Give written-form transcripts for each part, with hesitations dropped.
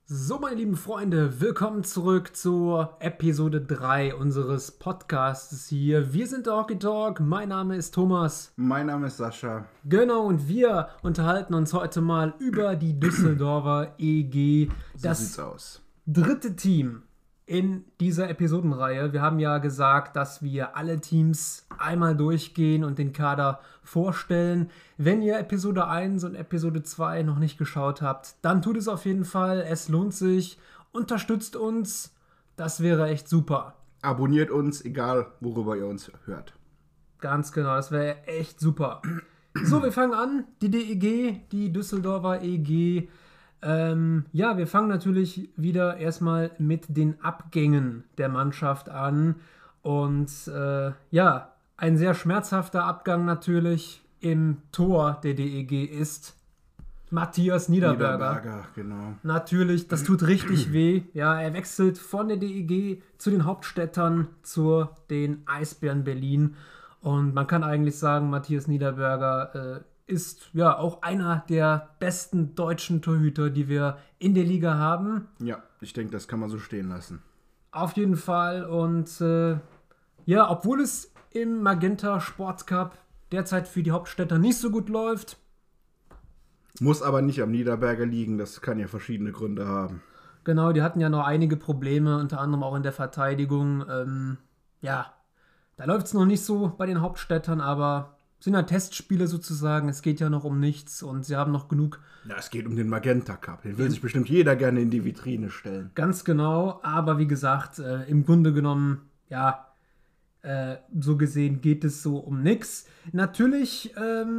So, meine lieben Freunde, willkommen zurück zur Episode 3 unseres Podcasts hier. Wir sind der Hockey Talk, mein Name ist Thomas. Mein Name ist Sascha. Genau, und wir unterhalten uns heute mal über die Düsseldorfer EG. So sieht's aus. Dritte Team in dieser Episodenreihe. Wir haben ja gesagt, dass wir alle Teams einmal durchgehen und den Kader vorstellen. Wenn ihr Episode 1 und Episode 2 noch nicht geschaut habt, dann tut es auf jeden Fall. Es lohnt sich. Unterstützt uns. Das wäre echt super. Abonniert uns, egal worüber ihr uns hört. Ganz genau, das wäre echt super. So, wir fangen an. Die DEG, die Düsseldorfer EG. Wir fangen natürlich wieder erstmal mit den Abgängen der Mannschaft an. Und ein sehr schmerzhafter Abgang natürlich im Tor der DEG ist Matthias Niederberger. Genau. Natürlich, das tut richtig weh. Ja, er wechselt von der DEG zu den Hauptstädtern, zu den Eisbären Berlin. Und man kann eigentlich sagen, Matthias Niederberger ist ja auch einer der besten deutschen Torhüter, die wir in der Liga haben. Ja, ich denke, das kann man so stehen lassen. Auf jeden Fall. Und obwohl es im Magenta Sportcup derzeit für die Hauptstädter nicht so gut läuft. Muss aber nicht am Niederberger liegen, das kann ja verschiedene Gründe haben. Genau, die hatten ja noch einige Probleme, unter anderem auch in der Verteidigung. Da läuft es noch nicht so bei den Hauptstädtern, aber sind ja Testspiele sozusagen, es geht ja noch um nichts und sie haben noch genug. Ja, es geht um den Magenta Cup, den will sich bestimmt jeder gerne in die Vitrine stellen. Ganz genau, aber wie gesagt, im Grunde genommen, so gesehen geht es so um nichts. Natürlich,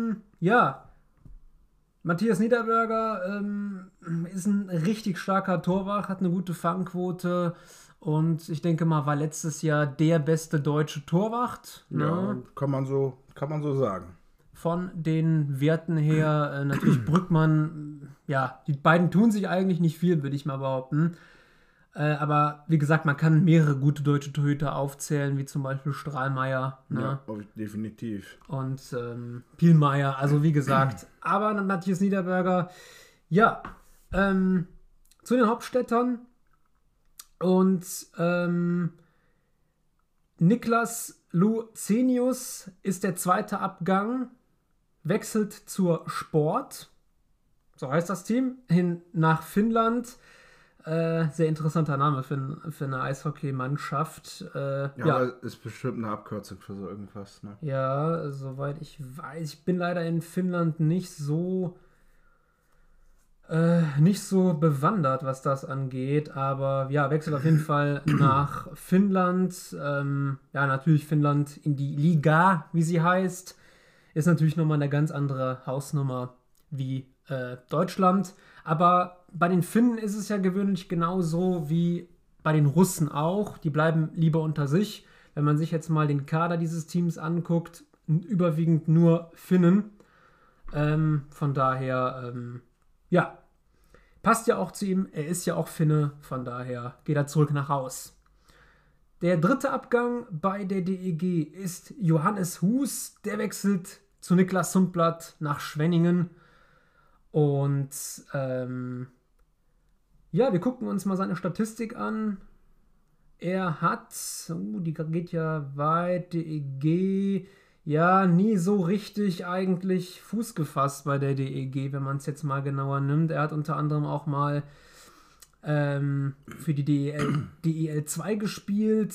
Matthias Niederberger ist ein richtig starker Torwart, hat eine gute Fangquote und ich denke mal, war letztes Jahr der beste deutsche Torwart. Ja, kann man so sagen. Von den Werten her, natürlich Brückmann, die beiden tun sich eigentlich nicht viel, würde ich mal behaupten. Aber wie gesagt, man kann mehrere gute deutsche Torhüter aufzählen, wie zum Beispiel Strahlmeier. Ja, definitiv. Und Pielmeier, also wie gesagt. Aber Matthias Niederberger, zu den Hauptstädtern. Und Niklas Lucenius ist der zweite Abgang, wechselt zur Sport, so heißt das Team, hin nach Finnland. Sehr interessanter Name für eine Eishockeymannschaft. Aber ist bestimmt eine Abkürzung für so irgendwas, ne? Ja, soweit ich weiß. Ich bin leider in Finnland nicht so bewandert, was das angeht. Aber ja, wechselt auf jeden Fall nach Finnland. Natürlich Finnland in die Liga, wie sie heißt. Ist natürlich nochmal eine ganz andere Hausnummer wie Deutschland. Aber bei den Finnen ist es ja gewöhnlich genauso wie bei den Russen auch. Die bleiben lieber unter sich. Wenn man sich jetzt mal den Kader dieses Teams anguckt, überwiegend nur Finnen. Von daher, passt ja auch zu ihm. Er ist ja auch Finne, von daher geht er zurück nach Haus. Der dritte Abgang bei der DEG ist Johannes Hus. Der wechselt zu Niklas Sundblad nach Schwenningen. Und wir gucken uns mal seine Statistik an. Er hat, die geht ja weit, DEG, nie so richtig eigentlich Fuß gefasst bei der DEG, wenn man es jetzt mal genauer nimmt. Er hat unter anderem auch mal für die DEL 2 gespielt,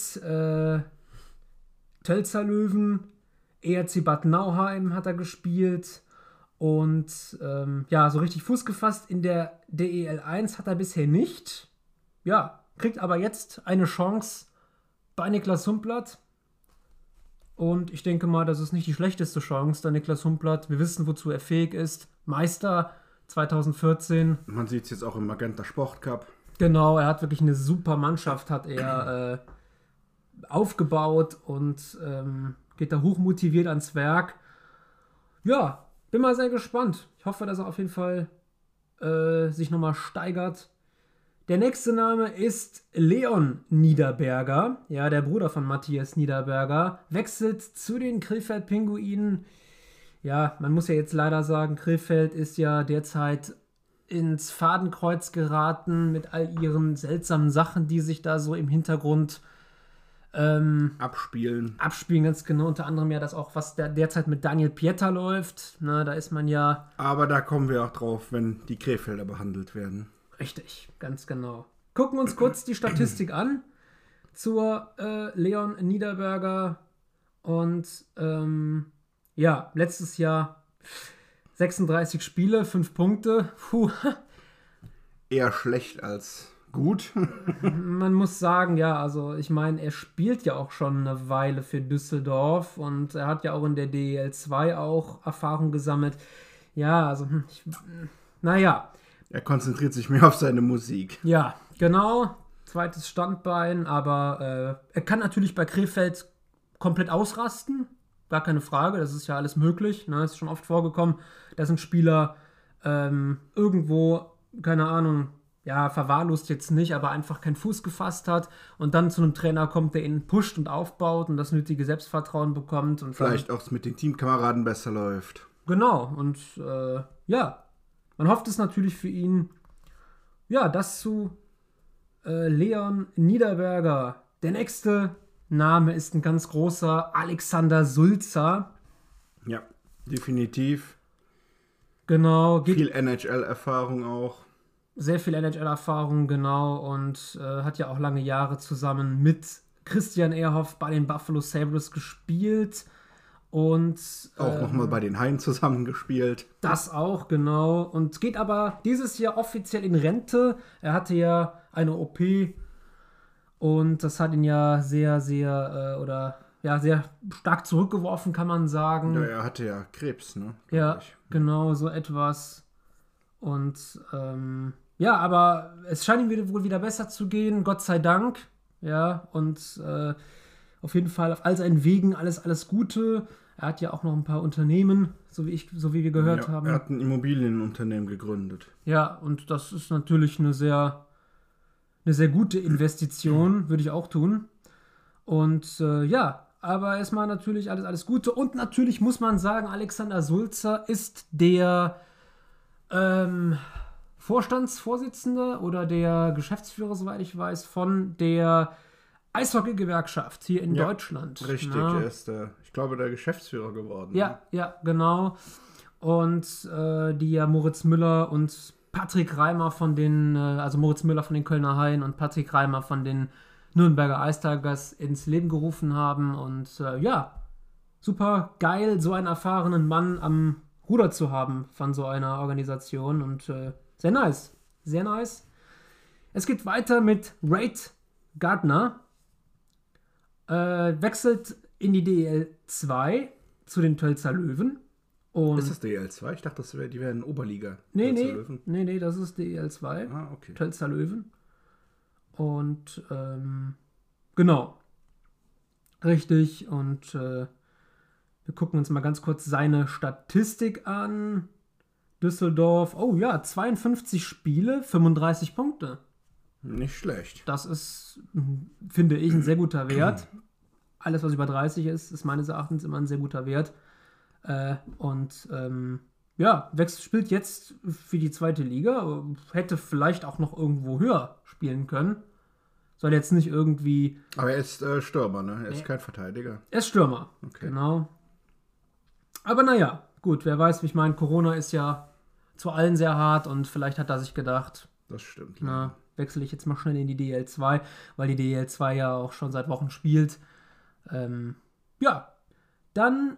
Tölzer Löwen, ERC Bad Nauheim hat er gespielt. Und so richtig Fuß gefasst in der DEL 1 hat er bisher nicht. Ja, kriegt aber jetzt eine Chance bei Niklas Sundblad. Und ich denke mal, das ist nicht die schlechteste Chance, da Niklas Sundblad, wir wissen, wozu er fähig ist. Meister 2014. Man sieht es jetzt auch im Magenta Sportcup. Genau, er hat wirklich eine super Mannschaft, hat er aufgebaut und geht da hochmotiviert ans Werk. Ja, bin mal sehr gespannt. Ich hoffe, dass er auf jeden Fall sich nochmal steigert. Der nächste Name ist Leon Niederberger. Ja, der Bruder von Matthias Niederberger. Wechselt zu den Krefeld-Pinguinen. Ja, man muss ja jetzt leider sagen, Krefeld ist ja derzeit ins Fadenkreuz geraten mit all ihren seltsamen Sachen, die sich da so im Hintergrund Abspielen. Ganz genau. Unter anderem ja das auch, was derzeit mit Daniel Pieter läuft. Na, da ist man ja... Aber da kommen wir auch drauf, wenn die Krefelder behandelt werden. Richtig, ganz genau. Gucken uns kurz die Statistik an zur Leon Niederberger. Und ja, letztes Jahr 36 Spiele, 5 Punkte. Puh. Eher schlecht als gut. Man muss sagen, ja, also ich meine, er spielt ja auch schon eine Weile für Düsseldorf und er hat ja auch in der DEL 2 auch Erfahrung gesammelt. Ja, also, naja. Er konzentriert sich mehr auf seine Musik. Ja, genau. Zweites Standbein, aber er kann natürlich bei Krefeld komplett ausrasten. Gar keine Frage, das ist ja alles möglich. Ne? Ist schon oft vorgekommen, dass ein Spieler irgendwo, keine Ahnung, ja, verwahrlost jetzt nicht, aber einfach keinen Fuß gefasst hat und dann zu einem Trainer kommt, der ihn pusht und aufbaut und das nötige Selbstvertrauen bekommt. Und vielleicht auch mit den Teamkameraden besser läuft. Genau, und ja, man hofft es natürlich für ihn, ja, dass zu Leon Niederberger, der nächste Name ist ein ganz großer Alexander Sulzer. Ja, definitiv. Genau. Viel NHL-Erfahrung auch. Sehr viel NHL-Erfahrung, genau. Und hat ja auch lange Jahre zusammen mit Christian Ehrhoff bei den Buffalo Sabres gespielt. Und auch nochmal bei den Haien zusammengespielt. Das auch, genau. Und geht aber dieses Jahr offiziell in Rente. Er hatte ja eine OP und das hat ihn ja sehr, sehr, sehr stark zurückgeworfen, kann man sagen. Ja, er hatte ja Krebs, ne? Ja, genau, so etwas. Und ja, aber es scheint ihm wohl wieder besser zu gehen, Gott sei Dank. Ja, und auf jeden Fall auf all seinen Wegen alles Gute. Er hat ja auch noch ein paar Unternehmen, so wie wir gehört haben. Er hat ein Immobilienunternehmen gegründet. Ja, und das ist natürlich eine sehr gute Investition, würde ich auch tun. Und ja, aber erstmal natürlich alles Gute. Und natürlich muss man sagen, Alexander Sulzer ist der Vorstandsvorsitzende oder der Geschäftsführer, soweit ich weiß, von der Eishockey-Gewerkschaft hier in Deutschland. Richtig, er ist ich glaube, der Geschäftsführer geworden. Ja, genau. Und die ja Moritz Müller und Patrick Reimer von den, also Moritz Müller von den Kölner Haien und Patrick Reimer von den Nürnberger Ice Tigers ins Leben gerufen haben. Und ja, super geil, so einen erfahrenen Mann am Ruder zu haben von so einer Organisation. Und sehr nice. Sehr nice. Es geht weiter mit Wade Gardner. Wechselt in die DEL 2 zu den Tölzer Löwen. Und ist das DEL 2? Ich dachte, die wären Oberliga. Nee, das ist DEL 2. Ah, okay. Tölzer Löwen. Und genau. Richtig. Und wir gucken uns mal ganz kurz seine Statistik an. Düsseldorf. Oh ja, 52 Spiele, 35 Punkte. Nicht schlecht. Das ist, finde ich, ein sehr guter Wert. Alles, was über 30 ist meines Erachtens immer ein sehr guter Wert. Und ja, spielt jetzt für die zweite Liga. Hätte vielleicht auch noch irgendwo höher spielen können. Soll jetzt nicht irgendwie... Aber er ist Stürmer, ne? Er ist kein Verteidiger. Er ist Stürmer, okay. Genau. Aber naja, gut, wer weiß, wie ich meine, Corona ist ja zu allen sehr hart und vielleicht hat er sich gedacht... Das stimmt. Na, wechsle ich jetzt mal schnell in die DEL 2, weil die DEL 2 ja auch schon seit Wochen spielt. Ja, dann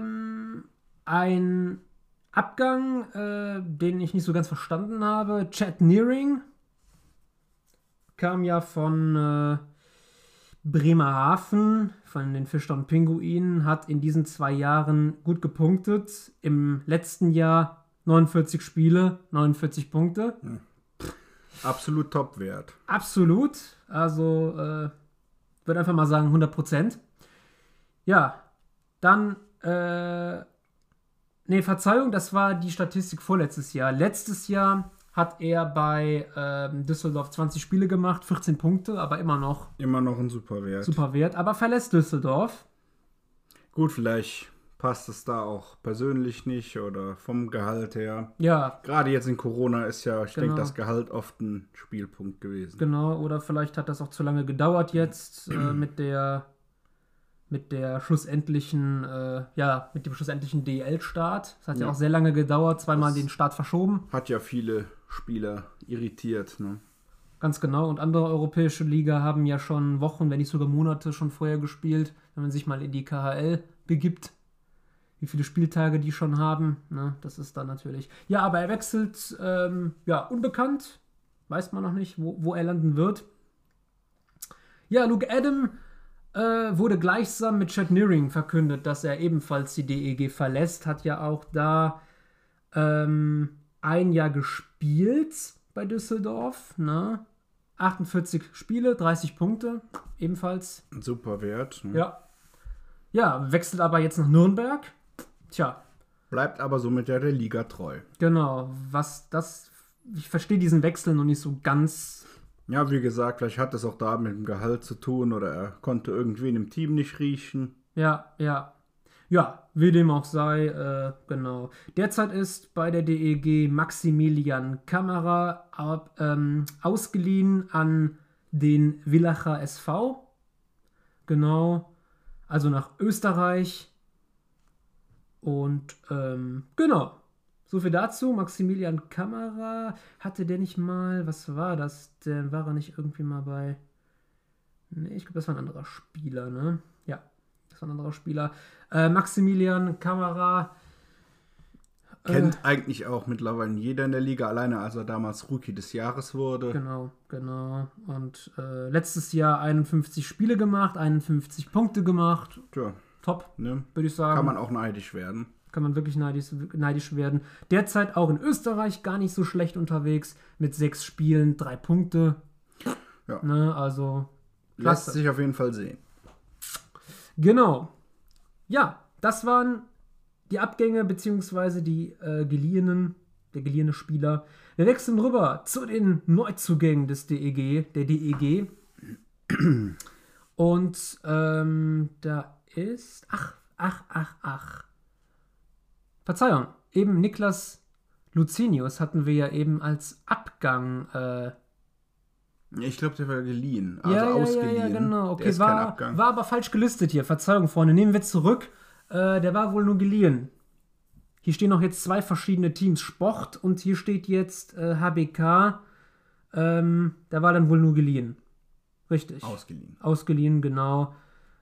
ein Abgang, den ich nicht so ganz verstanden habe. Chad Nearing kam ja von Bremerhaven, von den Fischtown Pinguinen, hat in diesen 2 Jahren gut gepunktet. Im letzten Jahr 49 Spiele, 49 Punkte. Hm. Absolut Top-Wert. Absolut. Also, würde einfach mal sagen 100%. Ja, dann, Verzeihung, das war die Statistik vorletztes Jahr. Letztes Jahr hat er bei Düsseldorf 20 Spiele gemacht, 14 Punkte, aber immer noch ein super Wert. Super Wert, aber verlässt Düsseldorf. Gut, vielleicht passt es da auch persönlich nicht oder vom Gehalt her. Ja, Gerade jetzt in Corona ist ja, ich denke, Genau. das Gehalt oft ein Spielpunkt gewesen. genau. Oder vielleicht hat das auch zu lange gedauert jetzt mit der schlussendlichen, mit dem schlussendlichen DEL-Start. Es hat ja Ja. auch sehr lange gedauert, zweimal Das- den Start verschoben. Hat ja viele Spieler irritiert. Ne? Ganz genau. Und andere europäische Liga haben ja schon Wochen, wenn nicht sogar Monate schon vorher gespielt, wenn man sich mal in die KHL begibt. Wie viele Spieltage die schon haben, ne? Das ist dann natürlich. Ja, aber er wechselt, unbekannt. Weiß man noch nicht, wo er landen wird. Ja, Luke Adam wurde gleichsam mit Chad Nearing verkündet, dass er ebenfalls die DEG verlässt. Hat ja auch da ein Jahr gespielt bei Düsseldorf. Ne? 48 Spiele, 30 Punkte, ebenfalls. Ein super Wert. Ne? Ja. Ja, wechselt aber jetzt nach Nürnberg. Tja, Bleibt aber somit ja der Liga treu. genau. Ich verstehe diesen Wechsel noch nicht so ganz. Ja, wie gesagt, vielleicht hat es auch da mit dem Gehalt zu tun oder er konnte irgendwen im Team nicht riechen. Ja, ja. Ja, wie dem auch sei, genau. Derzeit ist bei der DEG Maximilian Kammerer ausgeliehen an den Villacher SV. Genau. Also nach Österreich. Und genau. So viel dazu. Maximilian Kammerer, hatte der nicht mal, was war das? Der war er nicht irgendwie mal bei. Nee, ich glaube, das war ein anderer Spieler, ne? Ja, das war ein anderer Spieler. Maximilian Kammerer. Kennt eigentlich auch mittlerweile jeder in der Liga, alleine als er damals Rookie des Jahres wurde. Genau, genau. Und letztes Jahr 51 Spiele gemacht, 51 Punkte gemacht. Tja, Top, ne? würde ich sagen. Kann man auch neidisch werden. Kann man wirklich neidisch werden. Derzeit auch in Österreich gar nicht so schlecht unterwegs. Mit 6 Spielen, 3 Punkte. Ja. Ne, also, Lässt klasse. sich auf jeden Fall sehen. Genau. Ja, das waren die Abgänge beziehungsweise die der geliehene Spieler. Wir wechseln rüber zu den Neuzugängen der DEG. Und da ist. Ach. Verzeihung, eben Niklas Lucinius hatten wir ja eben als Abgang. Ich glaube, der war geliehen, also ausgeliehen. Ja, genau. Der Okay, ist kein Abgang. war aber falsch gelistet hier. Verzeihung, Freunde. Nehmen wir zurück. Der war wohl nur geliehen. Hier stehen noch jetzt 2 verschiedene Teams. Sport und hier steht jetzt HBK. Der war dann wohl nur geliehen. Richtig. Ausgeliehen. Ausgeliehen, genau.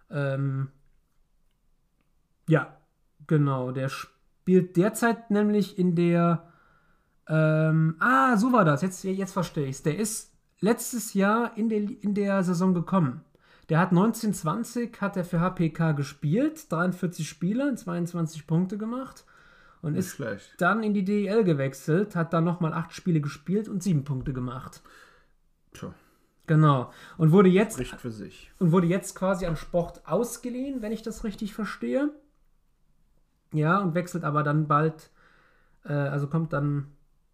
Ja, genau. Der spielt derzeit nämlich in der. So war das. Jetzt verstehe ich es. Der ist letztes Jahr in der Saison gekommen. Der hat 1920 hat er für HPK gespielt, 43 Spiele, 22 Punkte gemacht und Nicht ist schlecht. dann in die DEL gewechselt, hat dann nochmal 8 Spiele gespielt und 7 Punkte gemacht. Tja, Genau. Und wurde jetzt spricht für sich. quasi an Sport ausgeliehen, wenn ich das richtig verstehe. Ja, und wechselt aber dann bald, also kommt dann,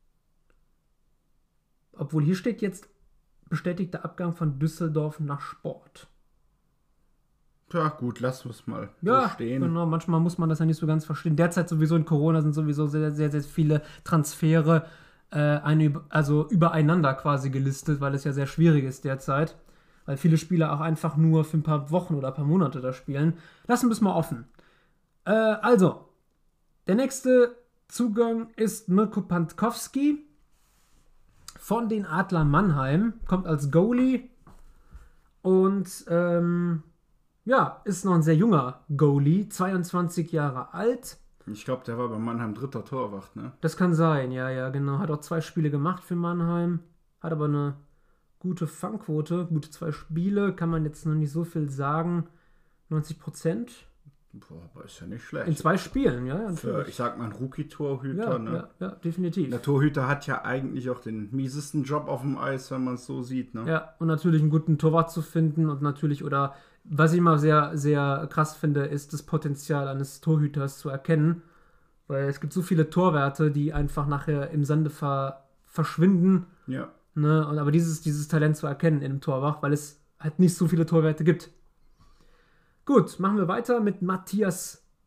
obwohl hier steht jetzt bestätigter Abgang von Düsseldorf nach Sport. Tja, gut, lass uns mal Ja, so stehen. genau, manchmal muss man das ja nicht so ganz verstehen. Derzeit sowieso in Corona sind sowieso sehr, sehr, sehr viele Transfere übereinander quasi gelistet, weil es ja sehr schwierig ist derzeit. Weil viele Spieler auch einfach nur für ein paar Wochen oder ein paar Monate da spielen. Lassen wir es mal offen. Also, der nächste Zugang ist Mirko Pankowski von den Adlern Mannheim. Kommt als Goalie und ist noch ein sehr junger Goalie, 22 Jahre alt. Ich glaube, der war bei Mannheim 3. Torwart, ne? Das kann sein, ja, genau. Hat auch 2 Spiele gemacht für Mannheim. Hat aber eine gute Fangquote. Gute 2 Spiele, kann man jetzt noch nicht so viel sagen. 90%. Boah, aber ist ja nicht schlecht. In 2 Spielen, ja, Für, natürlich. ich sag mal, ein Rookie-Torhüter, Ja, ne? ja, definitiv. Der Torhüter hat ja eigentlich auch den miesesten Job auf dem Eis, wenn man es so sieht, ne? Ja, und natürlich einen guten Torwart zu finden und natürlich, oder was ich immer sehr, sehr krass finde, ist das Potenzial eines Torhüters zu erkennen. Weil es gibt so viele Torwerte, die einfach nachher im Sande verschwinden. Ja. Ne? Aber dieses Talent zu erkennen in einem Torwart, weil es halt nicht so viele Torwerte gibt. Gut, machen wir weiter mit Matthias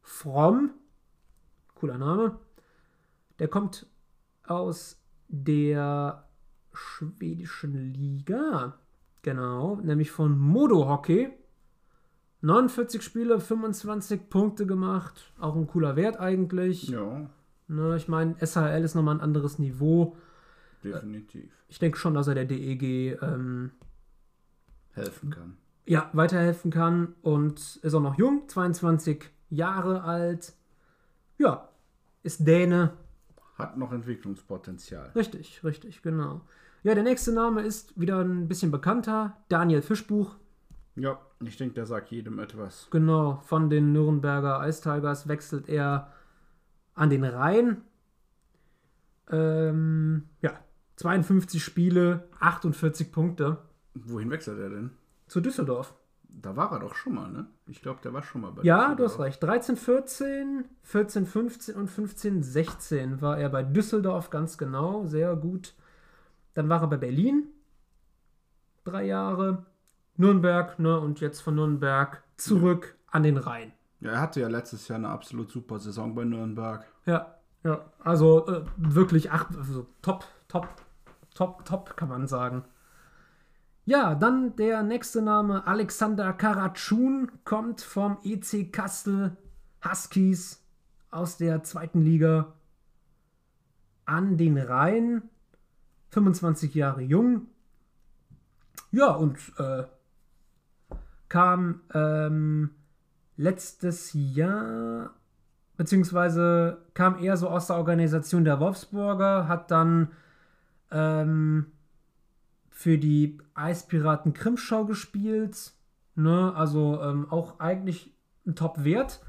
Fromm, cooler Name, der kommt aus der schwedischen Liga, genau, nämlich von Modo Hockey. 49 Spiele, 25 Punkte gemacht, auch ein cooler Wert eigentlich. Ja, Ne, ich meine, SHL ist nochmal ein anderes Niveau. definitiv. Ich denke schon, dass er der DEG Helfen kann. ja, weiterhelfen kann und ist auch noch jung, 22 Jahre alt. Ja, ist Däne. Hat noch Entwicklungspotenzial. Richtig, richtig, genau. Ja, der nächste Name ist wieder ein bisschen bekannter, Daniel Fischbuch. Ja, ich denke, der sagt jedem etwas. Genau, von den Nürnberger Ice Tigers wechselt er an den Rhein. Ja, 52 Spiele, 48 Punkte. Wohin wechselt er denn? Zu Düsseldorf. Da war er doch schon mal, ne? Ich glaube, der war schon mal bei Ja, du Düsseldorf. hast recht. 13, 14, 14, 15 und 15, 16 war er bei Düsseldorf, ganz genau, sehr gut. Dann war er bei Berlin, 3 Jahre. Nürnberg, ne, und jetzt von Nürnberg zurück an den Rhein. Ja, er hatte ja letztes Jahr eine absolut super Saison bei Nürnberg. Ja, ja, also wirklich also top, top, top, top, kann man sagen. Ja, dann der nächste Name, Alexander Karatschun, kommt vom EC Kassel Huskies aus der 2. Liga an den Rhein. 25 Jahre jung. Ja, und kam letztes Jahr, beziehungsweise kam eher so aus der Organisation der Wolfsburger, hat dann für die Eispiraten Krimschau gespielt, ne? Also auch eigentlich ein Top-Wert.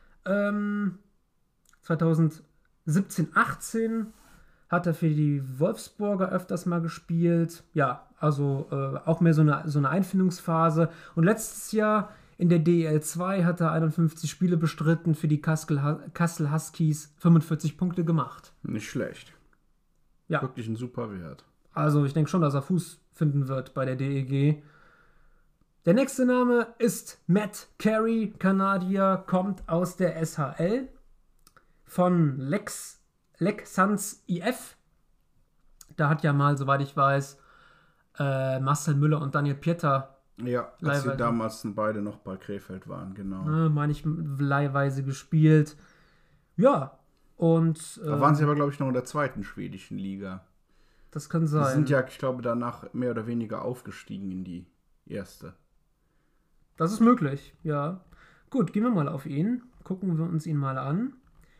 2017, 18 hat er für die Wolfsburger öfters mal gespielt. Ja, also auch mehr so eine Einfindungsphase. Und letztes Jahr in der DEL 2 hat er 51 Spiele bestritten, für die Kassel Huskies 45 Punkte gemacht. Nicht schlecht. Ja. Wirklich ein super Wert. Also ich denke schon, dass er Fuß finden wird bei der DEG. Der nächste Name ist Matt Carey, Kanadier, kommt aus der SHL von Leksand IF. Da hat ja mal, soweit ich weiß, Marcel Müller und Daniel Pieter, Ja, als sie damals beide noch bei Krefeld waren, genau. meine ich, leihweise gespielt. Ja, und Da waren sie aber, glaube ich, noch in der 2. schwedischen Liga. das kann sein. Die sind ja, ich glaube, danach mehr oder weniger aufgestiegen in die 1. Das ist möglich, ja. Gut, gehen wir mal auf ihn. Gucken wir uns ihn mal an.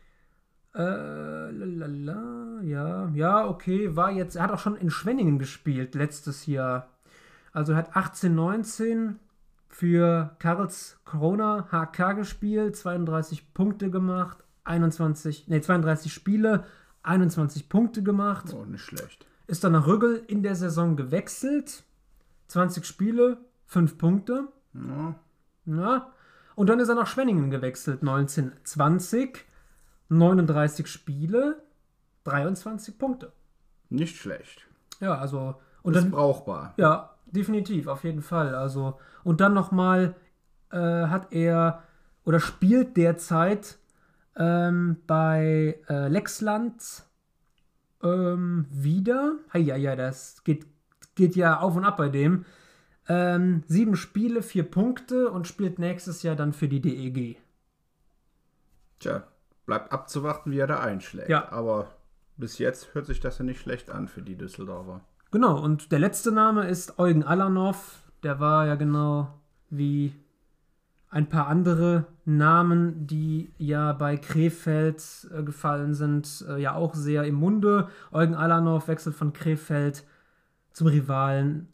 Ja, okay, er hat auch schon in Schwenningen gespielt letztes Jahr. Also er hat 18, 19 für Karlskrona HK gespielt, 32 Punkte gemacht, 32 Spiele, 21 Punkte gemacht. Oh, nicht schlecht. Ist dann nach Rüggel in der Saison gewechselt, 20 Spiele, 5 Punkte. Ja. Ja. Und dann ist er nach Schwenningen gewechselt, 19, 20, 39 Spiele, 23 Punkte. Nicht schlecht. Ja, also. Und Ist dann, brauchbar. ja, definitiv, auf jeden Fall. Also, und dann nochmal hat er oder spielt derzeit bei Leksand wieder. Ja, das geht ja auf und ab bei dem. 7 Spiele, 4 Punkte und spielt nächstes Jahr dann für die DEG. Tja, bleibt abzuwarten, wie er da einschlägt. Ja. Aber bis jetzt hört sich das ja nicht schlecht an für die Düsseldorfer. Genau, und der letzte Name ist Eugen Alanov. Der war ja genau wie ein paar andere Namen, die ja bei Krefeld gefallen sind, ja auch sehr im Munde. Eugen Alanov wechselt von Krefeld zum Rivalen,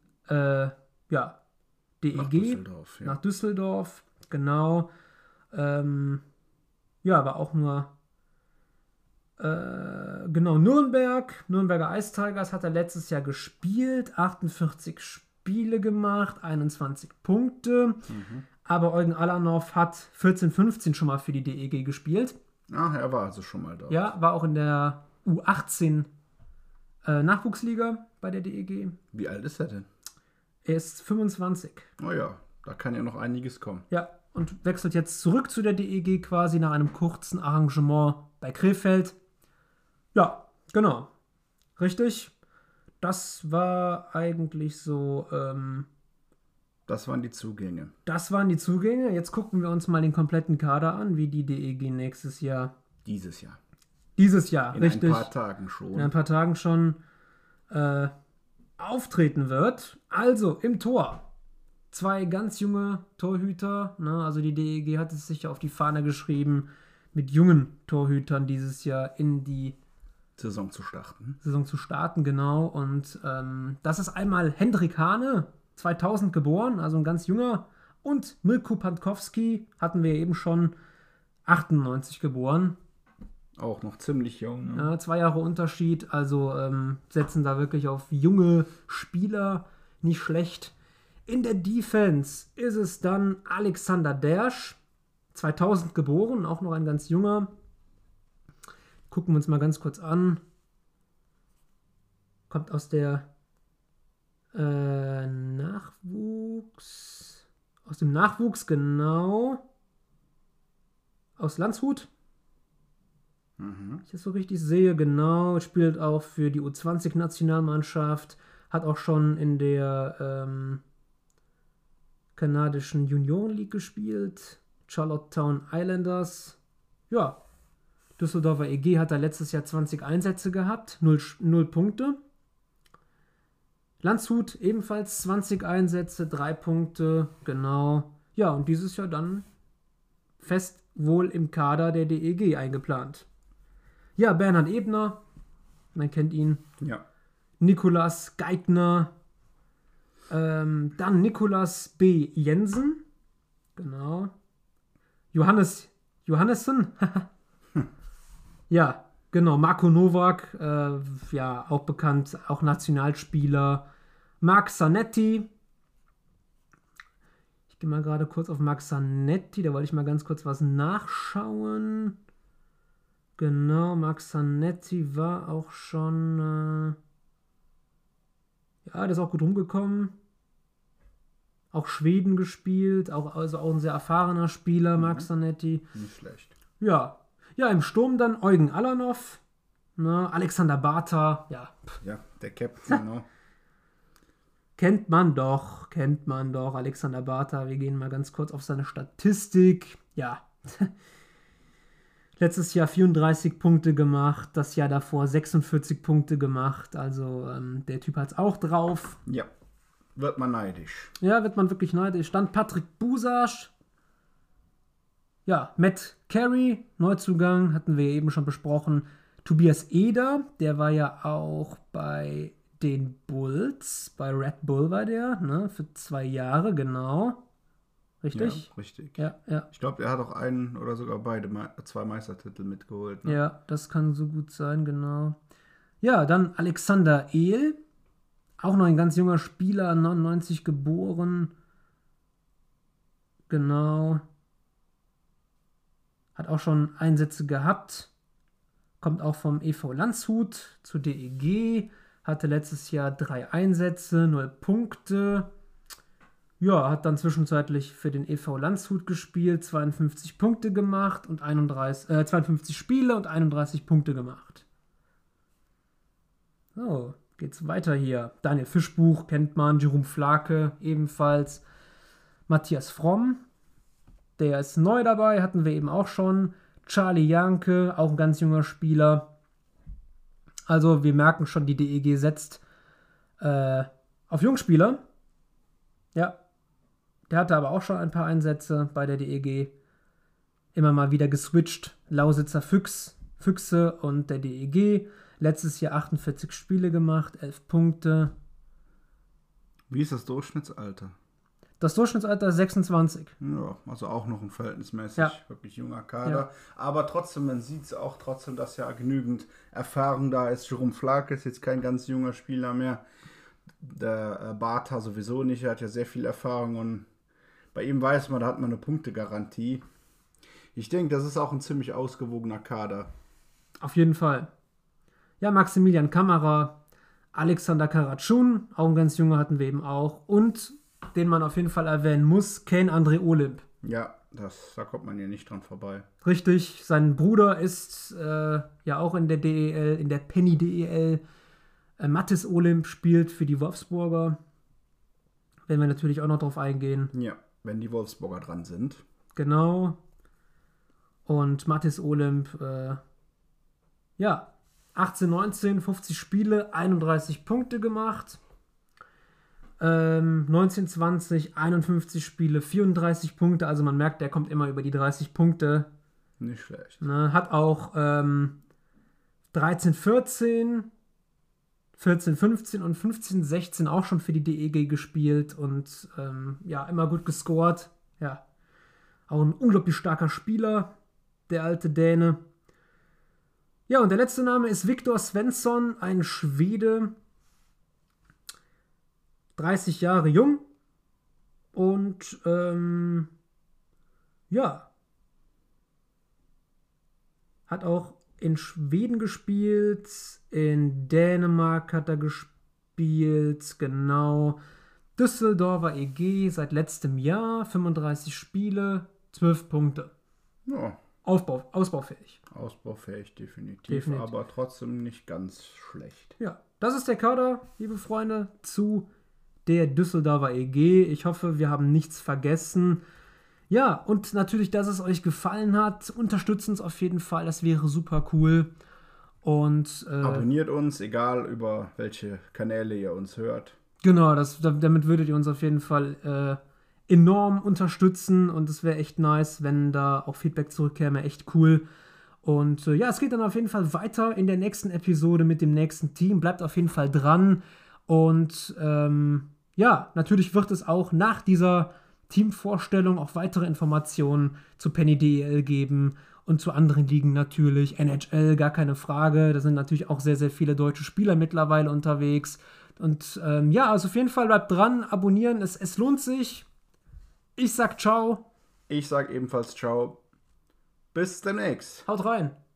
DEG. Nach Düsseldorf, ja. Nach Düsseldorf, genau. Aber auch nur Nürnberger Ice Tigers hat er letztes Jahr gespielt, 48 Spiele gemacht, 21 Punkte. Aber Eugen Alanov hat 14, 15 schon mal für die DEG gespielt. Ach, er war also schon mal da. Ja, war auch in der U18 Nachwuchsliga bei der DEG. Wie alt ist er denn? Er ist 25. Oh ja, da kann ja noch einiges kommen. Ja, und wechselt jetzt zurück zu der DEG quasi nach einem kurzen Arrangement bei Krefeld. Ja, genau. Richtig. Das war eigentlich so. Das waren die Zugänge. Das waren die Zugänge. Jetzt gucken wir uns mal den kompletten Kader an, wie die DEG nächstes Jahr. Dieses Jahr. Dieses Jahr, In richtig. ein paar Tagen schon. In ein paar Tagen schon auftreten wird. Also im Tor 2 ganz junge Torhüter. Ne? Also die DEG hat es sich auf die Fahne geschrieben, mit jungen Torhütern dieses Jahr in die Saison zu starten. Genau. Und das ist einmal Hendrik Hane, 2000 geboren, also ein ganz junger. Und Milko Pankowski, hatten wir eben schon, 98 geboren. Auch noch ziemlich jung. Ne? Ja, 2 Jahre Unterschied, also setzen da wirklich auf junge Spieler, nicht schlecht. In der Defense ist es dann Alexander Dersch, 2000 geboren, auch noch ein ganz junger. Gucken wir uns mal ganz kurz an. Kommt aus der Nachwuchs. Aus dem Nachwuchs, genau. Aus Landshut. Wenn ich das so richtig sehe, genau. Spielt auch für die U20-Nationalmannschaft. Hat auch schon in der kanadischen Junioren League gespielt. Charlottetown Islanders. Ja. Düsseldorfer EG hat da letztes Jahr 20 Einsätze gehabt, 0 Punkte. Landshut ebenfalls 20 Einsätze, 3 Punkte, genau. Ja, und dieses Jahr dann fest wohl im Kader der DEG eingeplant. Ja, Bernhard Ebner, man kennt ihn. Ja. Nikolas Geithner, dann Nikolas B. Jensen, genau. Johannessen, ja, genau, Marco Nowak, ja, auch bekannt, auch Nationalspieler. Marc Zanetti. Ich gehe mal gerade kurz auf Marc Zanetti, da wollte ich mal ganz kurz was nachschauen. Genau, Marc Zanetti war auch schon, ja, der ist auch gut rumgekommen. Auch Schweden gespielt, also auch ein sehr erfahrener Spieler, Marc Zanetti. Nicht schlecht. Ja. Ja, im Sturm dann Eugen Alanov, ne, Alexander Barta, ja. Ja, der Captain, ne? Kennt man doch, Alexander Barta. Wir gehen mal ganz kurz auf seine Statistik. Ja, letztes Jahr 34 Punkte gemacht, das Jahr davor 46 Punkte gemacht. Also der Typ hat es auch drauf. Ja, wird man neidisch. Ja, wird man wirklich neidisch. Dann Patrick Busasch. Ja, Matt Carey, Neuzugang, hatten wir eben schon besprochen. Tobias Eder, der war ja auch bei den Bulls, bei Red Bull war der, ne, für 2 Jahre, genau. Richtig? Ja, richtig. Ja. Ich glaube, er hat auch einen oder sogar beide 2 Meistertitel mitgeholt. Ne? Ja, das kann so gut sein, genau. Ja, dann Alexander Ehl, auch noch ein ganz junger Spieler, 99 geboren. Genau. Hat auch schon Einsätze gehabt. Kommt auch vom EV Landshut zur DEG. Hatte letztes Jahr 3 Einsätze, 0 Punkte. Ja, hat dann zwischenzeitlich für den EV Landshut gespielt, 52 Punkte gemacht und 52 Spiele und 31 Punkte gemacht. So, geht's weiter hier. Daniel Fischbuch kennt man, Jerome Flake ebenfalls. Matthias Fromm, der ist neu dabei, hatten wir eben auch schon. Charlie Janke, auch ein ganz junger Spieler. Also wir merken schon, die DEG setzt auf Jungspieler. Ja, der hatte aber auch schon ein paar Einsätze bei der DEG. Immer mal wieder geswitcht. Lausitzer Füchse und der DEG. Letztes Jahr 48 Spiele gemacht, 11 Punkte. Wie ist das Durchschnittsalter? Das Durchschnittsalter ist 26. Ja, also auch noch ein verhältnismäßig wirklich junger Kader. Ja. Aber trotzdem, man sieht es auch trotzdem, dass ja genügend Erfahrung da ist. Jerome Flake ist jetzt kein ganz junger Spieler mehr. Der Bartha sowieso nicht, er hat ja sehr viel Erfahrung und bei ihm weiß man, da hat man eine Punktegarantie. Ich denke, das ist auch ein ziemlich ausgewogener Kader. Auf jeden Fall. Ja, Maximilian Kammerer, Alexander Karatschun, auch ein ganz junger hatten wir eben auch. Und den man auf jeden Fall erwähnen muss, Ken André Olymp. Ja, da kommt man ja nicht dran vorbei. Richtig, sein Bruder ist ja auch in der DEL, in der Penny DEL. Mathis Olymp spielt für die Wolfsburger. Werden wir natürlich auch noch drauf eingehen. Ja, wenn die Wolfsburger dran sind. Genau. Und Mathis Olymp, 18, 19, 50 Spiele, 31 Punkte gemacht. 19, 20, 51 Spiele, 34 Punkte. Also man merkt, der kommt immer über die 30 Punkte. Nicht schlecht. Ne, hat auch 13, 14, 14, 15 und 15, 16 auch schon für die DEG gespielt und immer gut gescored. Ja, auch ein unglaublich starker Spieler, der alte Däne. Ja, und der letzte Name ist Viktor Svensson, ein Schwede, 30 Jahre jung und hat auch in Schweden gespielt, in Dänemark hat er gespielt, genau. Düsseldorfer EG seit letztem Jahr, 35 Spiele, 12 Punkte. Ja. Ausbaufähig. Ausbaufähig, definitiv, aber trotzdem nicht ganz schlecht. Ja, das ist der Kader, liebe Freunde, zu der Düsseldorfer EG. Ich hoffe, wir haben nichts vergessen. Ja, und natürlich, dass es euch gefallen hat. Unterstützt uns auf jeden Fall, das wäre super cool. Und abonniert uns, egal über welche Kanäle ihr uns hört. Genau, damit würdet ihr uns auf jeden Fall enorm unterstützen. Und es wäre echt nice, wenn da auch Feedback zurückkäme. Echt cool. Und es geht dann auf jeden Fall weiter in der nächsten Episode mit dem nächsten Team. Bleibt auf jeden Fall dran. Und natürlich wird es auch nach dieser Teamvorstellung auch weitere Informationen zu Penny DEL geben und zu anderen Ligen natürlich. NHL, gar keine Frage. Da sind natürlich auch sehr, sehr viele deutsche Spieler mittlerweile unterwegs. Und also auf jeden Fall bleibt dran, abonnieren. Es lohnt sich. Ich sag ciao. Ich sag ebenfalls ciao. Bis demnächst. Haut rein.